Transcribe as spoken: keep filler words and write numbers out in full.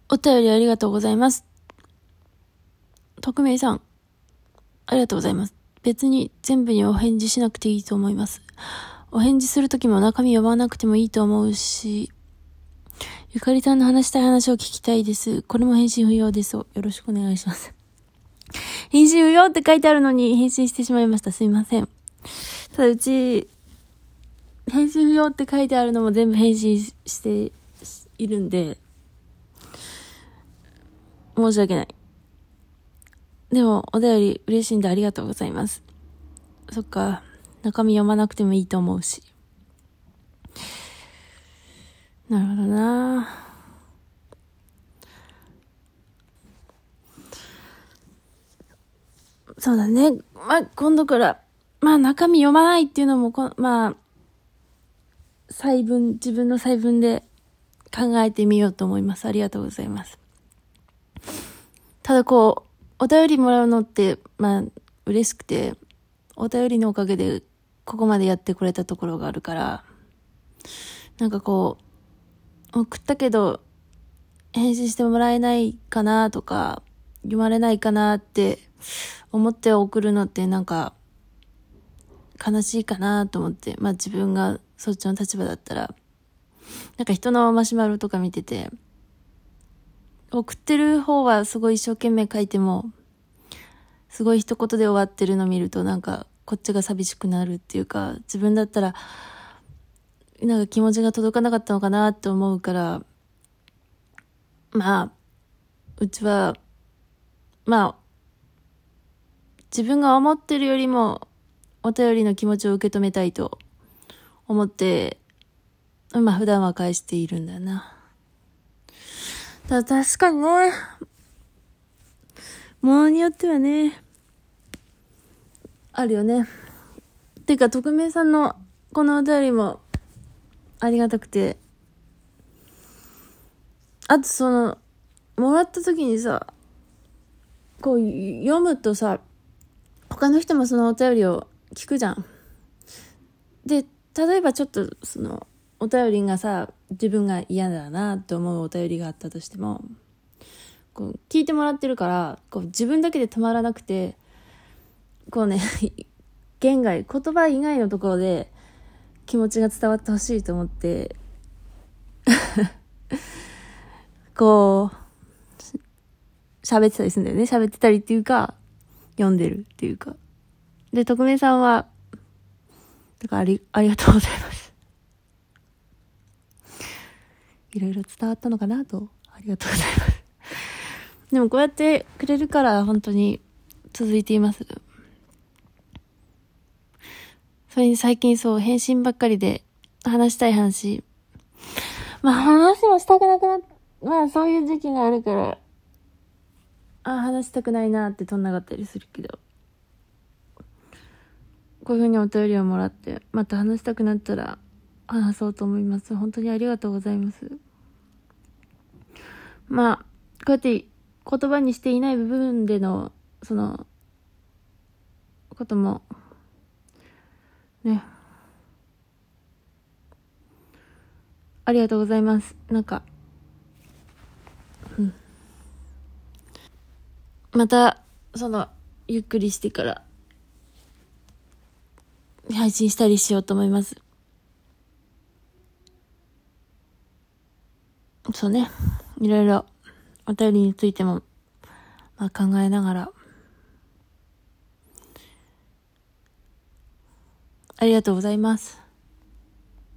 お便りありがとうございます。匿名さん、ありがとうございます。別に全部にお返事しなくていいと思います。お返事するときも中身読まなくてもいいと思うし、ゆかりさんの話したい話を聞きたいです。これも返信不要です。よろしくお願いします。返信不要って書いてあるのに返信してしまいました。すいません。ただうち、返信不要って書いてあるのも全部返信しているんで、申し訳ない。でも、お便り嬉しいんでありがとうございます。そっか、中身読まなくてもいいと思うし。なるほどな。そうだね。まあ、今度から、まあ、中身読まないっていうのもこ、まあ、細分、自分の細分で考えてみようと思います。ありがとうございます。ただこう、お便りもらうのって、まあ、嬉しくて、お便りのおかげで、ここまでやってこれたところがあるから、なんかこう、送ったけど、返信してもらえないかなとか、読まれないかなって思って送るのってなんか、悲しいかなと思って、まあ自分がそっちの立場だったら、なんか人のマシュマロとか見てて、送ってる方はすごい一生懸命書いても、すごい一言で終わってるの見るとなんかこっちが寂しくなるっていうか、自分だったらなんか気持ちが届かなかったのかなって思うから、まあ、うちは、まあ、自分が思ってるよりもお便りの気持ちを受け止めたいと思って、まあ普段は返しているんだな。ただ確かにね、ものによってはね、あるよね。てか、匿名さんのこのお便りもありがたくて、あとその、もらった時にさ、こう読むとさ、他の人もそのお便りを聞くじゃん。で、例えばちょっとその、お便りがさ、自分が嫌だなと思うお便りがあったとしても、こう聞いてもらってるから、こう自分だけで止まらなくて、こうね、言外、言葉以外のところで気持ちが伝わってほしいと思って、こう、喋ってたりするんだよね。喋ってたりっていうか、読んでるっていうか。で、匿名さんは、だからあり、ありがとうございます。いろいろ伝わったのかなと、ありがとうございます。でもこうやってくれるから本当に続いています。それに最近そう、返信ばっかりで話したい話。まあ話もしたくなくなっ、まあそういう時期があるから、ああ、話したくないなってとんなかったりするけど。こういうふうにお便りをもらって、また話したくなったら話そうと思います。本当にありがとうございます。まあ、こうやって言葉にしていない部分での、その、ことも、ね。ありがとうございます。なんか、うん。また、その、ゆっくりしてから、配信したりしようと思います。そうね。いろいろ、お便りについても、まあ、考えながら、ありがとうございます。